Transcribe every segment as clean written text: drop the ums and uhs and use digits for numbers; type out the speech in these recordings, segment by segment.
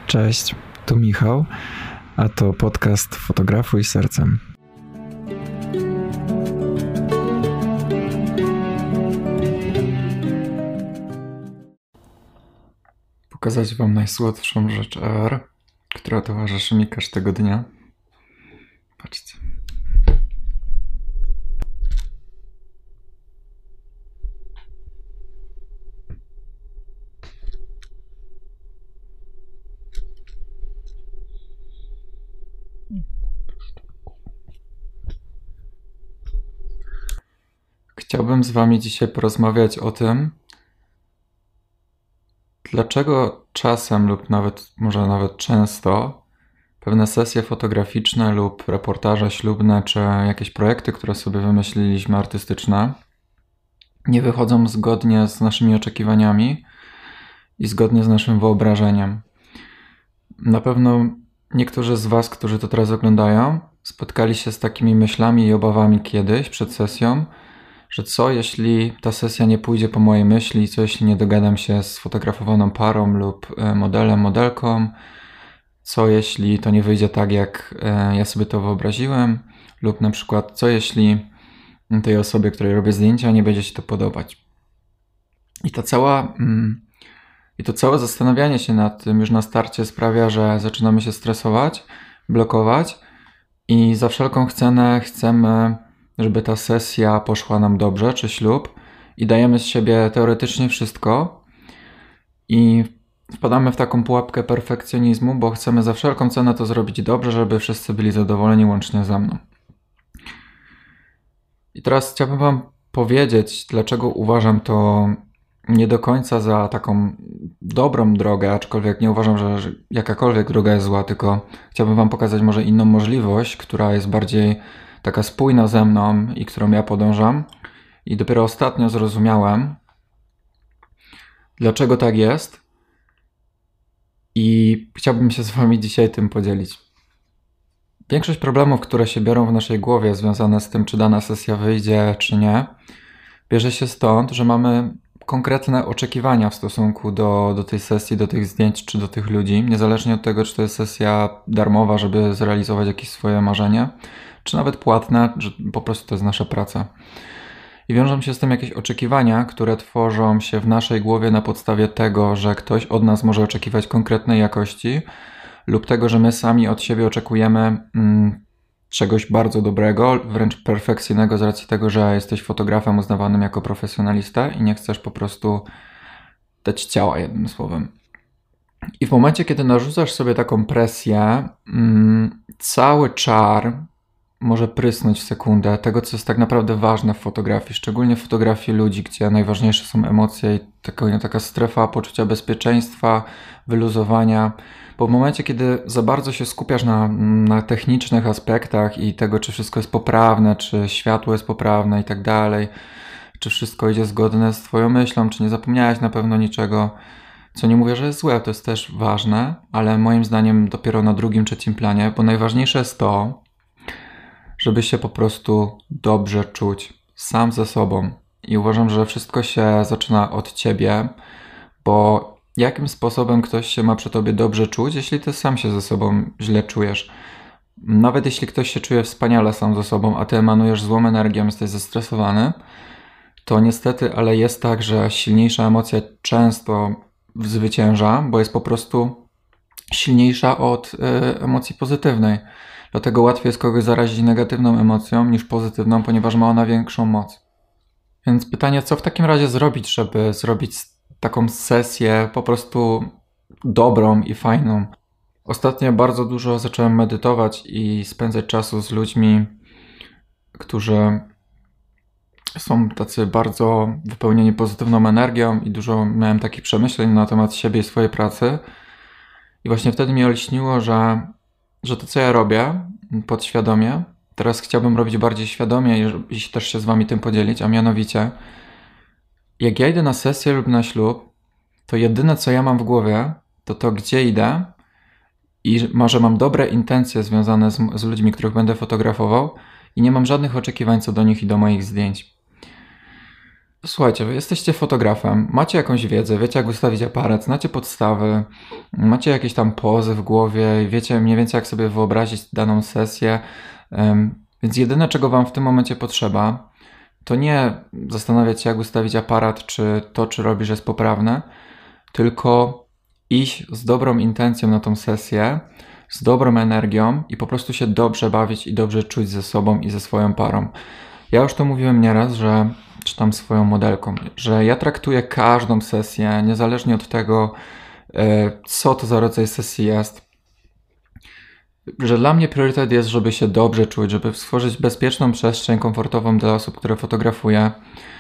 Cześć, tu Michał, a to podcast Fotografuj sercem. Pokazać Wam najsłodszą rzecz ever, która towarzyszy mi każdego dnia. Patrzcie. Chciałbym z Wami dzisiaj porozmawiać o tym, dlaczego czasem lub może nawet często pewne sesje fotograficzne lub reportaże ślubne czy jakieś projekty, które sobie wymyśliliśmy artystyczne, nie wychodzą zgodnie z naszymi oczekiwaniami i zgodnie z naszym wyobrażeniem. Na pewno niektórzy z Was, którzy to teraz oglądają, spotkali się z takimi myślami i obawami kiedyś przed sesją, że co jeśli ta sesja nie pójdzie po mojej myśli, co jeśli nie dogadam się z fotografowaną parą lub modelem, modelką, co jeśli to nie wyjdzie tak, jak ja sobie to wyobraziłem, lub na przykład co jeśli tej osobie, której robię zdjęcia, nie będzie się to podobać. I to całe zastanawianie się nad tym już na starcie sprawia, że zaczynamy się stresować, blokować i za wszelką cenę chcemy, żeby ta sesja poszła nam dobrze, czy ślub, i dajemy z siebie teoretycznie wszystko i wpadamy w taką pułapkę perfekcjonizmu, bo chcemy za wszelką cenę to zrobić dobrze, żeby wszyscy byli zadowoleni łącznie ze mną. I teraz chciałbym Wam powiedzieć, dlaczego uważam to nie do końca za taką dobrą drogę, aczkolwiek nie uważam, że jakakolwiek droga jest zła, tylko chciałbym Wam pokazać może inną możliwość, która jest bardziej taka spójna ze mną i którą ja podążam. I dopiero ostatnio zrozumiałem, dlaczego tak jest, i chciałbym się z Wami dzisiaj tym podzielić. Większość problemów, które się biorą w naszej głowie związane z tym, czy dana sesja wyjdzie, czy nie, bierze się stąd, że mamy konkretne oczekiwania w stosunku do tej sesji, do tych zdjęć, czy do tych ludzi, niezależnie od tego, czy to jest sesja darmowa, żeby zrealizować jakieś swoje marzenie, czy nawet płatna, że po prostu to jest nasza praca. I wiążą się z tym jakieś oczekiwania, które tworzą się w naszej głowie na podstawie tego, że ktoś od nas może oczekiwać konkretnej jakości lub tego, że my sami od siebie oczekujemy czegoś bardzo dobrego, wręcz perfekcyjnego z racji tego, że jesteś fotografem uznawanym jako profesjonalista i nie chcesz po prostu dać ciała, jednym słowem. I w momencie, kiedy narzucasz sobie taką presję, cały czar może prysnąć w sekundę tego, co jest tak naprawdę ważne w fotografii, szczególnie w fotografii ludzi, gdzie najważniejsze są emocje i taka strefa poczucia bezpieczeństwa, wyluzowania. Bo w momencie, kiedy za bardzo się skupiasz na technicznych aspektach i tego, czy wszystko jest poprawne, czy światło jest poprawne i tak dalej, czy wszystko idzie zgodne z Twoją myślą, czy nie zapomniałeś na pewno niczego, co nie mówię, że jest złe, to jest też ważne, ale moim zdaniem dopiero na drugim, trzecim planie, bo najważniejsze jest to, żeby się po prostu dobrze czuć sam ze sobą. I uważam, że wszystko się zaczyna od Ciebie, bo jakim sposobem ktoś się ma przy Tobie dobrze czuć, jeśli Ty sam się ze sobą źle czujesz? Nawet jeśli ktoś się czuje wspaniale sam ze sobą, a Ty emanujesz złą energią, jesteś zestresowany, to niestety, ale jest tak, że silniejsza emocja często zwycięża, bo jest po prostu silniejsza od emocji pozytywnej. Dlatego łatwiej jest kogoś zarazić negatywną emocją niż pozytywną, ponieważ ma ona większą moc. Więc pytanie, co w takim razie zrobić, żeby zrobić taką sesję po prostu dobrą i fajną? Ostatnio bardzo dużo zacząłem medytować i spędzać czasu z ludźmi, którzy są tacy bardzo wypełnieni pozytywną energią, i dużo miałem takich przemyśleń na temat siebie i swojej pracy. I właśnie wtedy mi olśniło, że to, co ja robię podświadomie, teraz chciałbym robić bardziej świadomie i też się z Wami tym podzielić, a mianowicie, jak ja idę na sesję lub na ślub, to jedyne, co ja mam w głowie, to gdzie idę i może mam dobre intencje związane z ludźmi, których będę fotografował, i nie mam żadnych oczekiwań co do nich i do moich zdjęć. Słuchajcie, wy jesteście fotografem, macie jakąś wiedzę, wiecie jak ustawić aparat, znacie podstawy, macie jakieś tam pozy w głowie, wiecie mniej więcej jak sobie wyobrazić daną sesję, więc jedyne czego wam w tym momencie potrzeba, to nie zastanawiać się jak ustawić aparat, czy to czy robisz jest poprawne, tylko iść z dobrą intencją na tą sesję, z dobrą energią i po prostu się dobrze bawić i dobrze czuć ze sobą i ze swoją parą. Ja już to mówiłem nieraz, że czy tam swoją modelką, że ja traktuję każdą sesję, niezależnie od tego, co to za rodzaj sesji jest, że dla mnie priorytet jest, żeby się dobrze czuć, żeby stworzyć bezpieczną przestrzeń komfortową dla osób, które fotografuję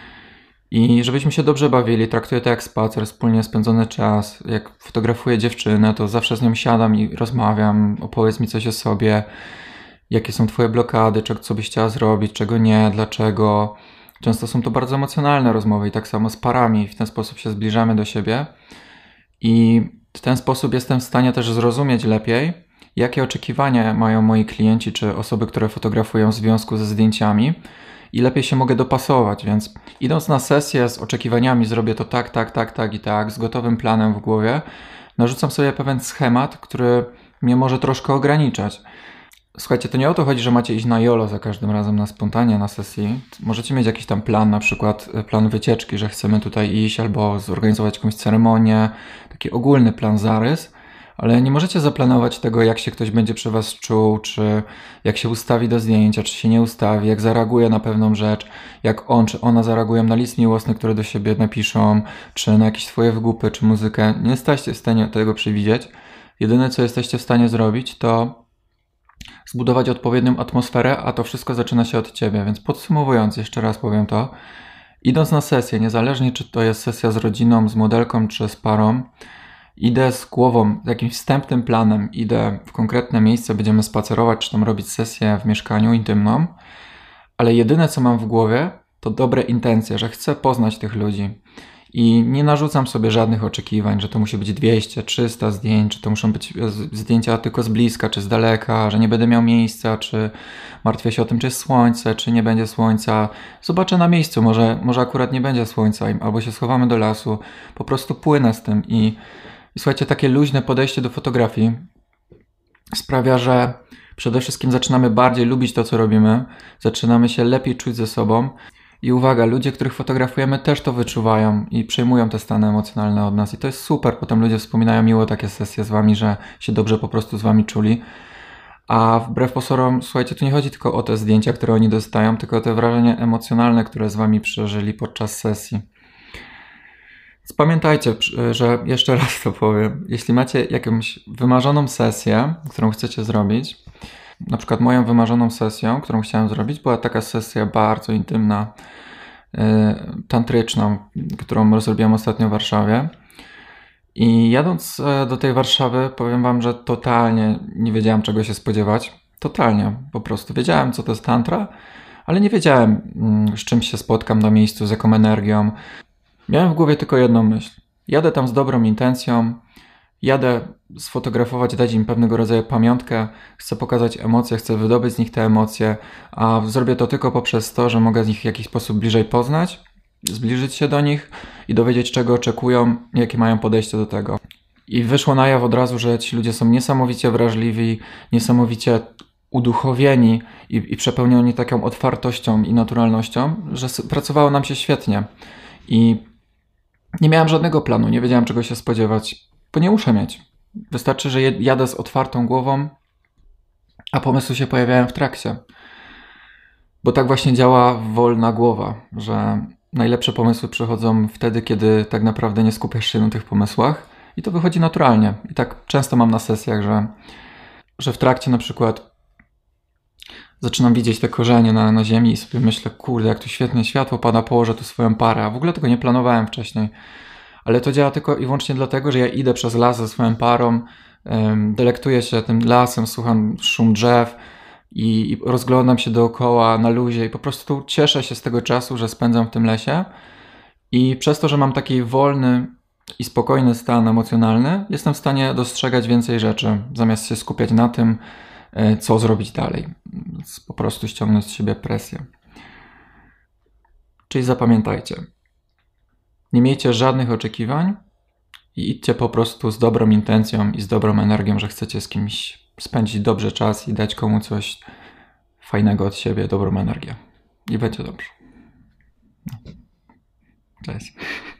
i żebyśmy się dobrze bawili. Traktuję to jak spacer, wspólnie spędzony czas. Jak fotografuję dziewczynę, to zawsze z nią siadam i rozmawiam, opowiedz mi coś o sobie, jakie są twoje blokady, co byś chciała zrobić, czego nie, dlaczego. Często są to bardzo emocjonalne rozmowy i tak samo z parami. W ten sposób się zbliżamy do siebie i w ten sposób jestem w stanie też zrozumieć lepiej, jakie oczekiwania mają moi klienci czy osoby, które fotografują w związku ze zdjęciami i lepiej się mogę dopasować, więc idąc na sesję z oczekiwaniami zrobię to tak, tak, tak, tak i tak, z gotowym planem w głowie, narzucam sobie pewien schemat, który mnie może troszkę ograniczać. Słuchajcie, to nie o to chodzi, że macie iść na YOLO za każdym razem na spontanie na sesji. Możecie mieć jakiś tam plan, na przykład plan wycieczki, że chcemy tutaj iść albo zorganizować jakąś ceremonię, taki ogólny plan, zarys, ale nie możecie zaplanować tego, jak się ktoś będzie przy was czuł, czy jak się ustawi do zdjęcia, czy się nie ustawi, jak zareaguje na pewną rzecz, jak on czy ona zareagują na list miłosny, który do siebie napiszą, czy na jakieś swoje wygłupy, czy muzykę. Nie jesteście w stanie tego przewidzieć. Jedyne, co jesteście w stanie zrobić, to zbudować odpowiednią atmosferę, a to wszystko zaczyna się od ciebie. Więc podsumowując, jeszcze raz powiem to, idąc na sesję, niezależnie czy to jest sesja z rodziną, z modelką, czy z parą, idę z głową, z jakimś wstępnym planem, idę w konkretne miejsce, będziemy spacerować, czy tam robić sesję w mieszkaniu intymną, ale jedyne co mam w głowie, to dobre intencje, że chcę poznać tych ludzi. I nie narzucam sobie żadnych oczekiwań, że to musi być 200, 300 zdjęć, czy to muszą być zdjęcia tylko z bliska, czy z daleka, że nie będę miał miejsca, czy martwię się o tym, czy jest słońce, czy nie będzie słońca. Zobaczę na miejscu, może akurat nie będzie słońca, albo się schowamy do lasu. Po prostu płynę z tym i słuchajcie, takie luźne podejście do fotografii sprawia, że przede wszystkim zaczynamy bardziej lubić to, co robimy, zaczynamy się lepiej czuć ze sobą. I uwaga, ludzie, których fotografujemy, też to wyczuwają i przejmują te stany emocjonalne od nas. I to jest super. Potem ludzie wspominają miło takie sesje z wami, że się dobrze po prostu z wami czuli. A wbrew pozorom, słuchajcie, tu nie chodzi tylko o te zdjęcia, które oni dostają, tylko o te wrażenie emocjonalne, które z wami przeżyli podczas sesji. Więc pamiętajcie, że jeszcze raz to powiem. Jeśli macie jakąś wymarzoną sesję, którą chcecie zrobić, na przykład moją wymarzoną sesją, którą chciałem zrobić, była taka sesja bardzo intymna, tantryczna, którą zrobiłem ostatnio w Warszawie. I jadąc do tej Warszawy, powiem wam, że totalnie nie wiedziałem, czego się spodziewać. Totalnie, po prostu. Wiedziałem, co to jest tantra, ale nie wiedziałem, z czym się spotkam na miejscu, z jaką energią. Miałem w głowie tylko jedną myśl. Jadę tam z dobrą intencją, jadę sfotografować, dać im pewnego rodzaju pamiątkę, chcę pokazać emocje, chcę wydobyć z nich te emocje, a zrobię to tylko poprzez to, że mogę z nich w jakiś sposób bliżej poznać, zbliżyć się do nich i dowiedzieć, czego oczekują, jakie mają podejście do tego. I wyszło na jaw od razu, że ci ludzie są niesamowicie wrażliwi, niesamowicie uduchowieni i przepełnioni taką otwartością i naturalnością, że pracowało nam się świetnie. I nie miałem żadnego planu, nie wiedziałem, czego się spodziewać, bo nie muszę mieć. Wystarczy, że jadę z otwartą głową, a pomysły się pojawiają w trakcie. Bo tak właśnie działa wolna głowa, że najlepsze pomysły przychodzą wtedy, kiedy tak naprawdę nie skupiasz się na tych pomysłach i to wychodzi naturalnie. I tak często mam na sesjach, że w trakcie na przykład zaczynam widzieć te korzenie na ziemi i sobie myślę, kurde, jak tu świetnie światło pada, położę tu swoją parę. A w ogóle tego nie planowałem wcześniej. Ale to działa tylko i wyłącznie dlatego, że ja idę przez las ze swoją parą, delektuję się tym lasem, słucham szum drzew i rozglądam się dookoła na luzie i po prostu cieszę się z tego czasu, że spędzam w tym lesie. I przez to, że mam taki wolny i spokojny stan emocjonalny, jestem w stanie dostrzegać więcej rzeczy, zamiast się skupiać na tym, co zrobić dalej. Więc po prostu ściągnąć z siebie presję. Czyli zapamiętajcie. Nie miejcie żadnych oczekiwań i idźcie po prostu z dobrą intencją i z dobrą energią, że chcecie z kimś spędzić dobrze czas i dać komu coś fajnego od siebie, dobrą energię. I będzie dobrze. Cześć.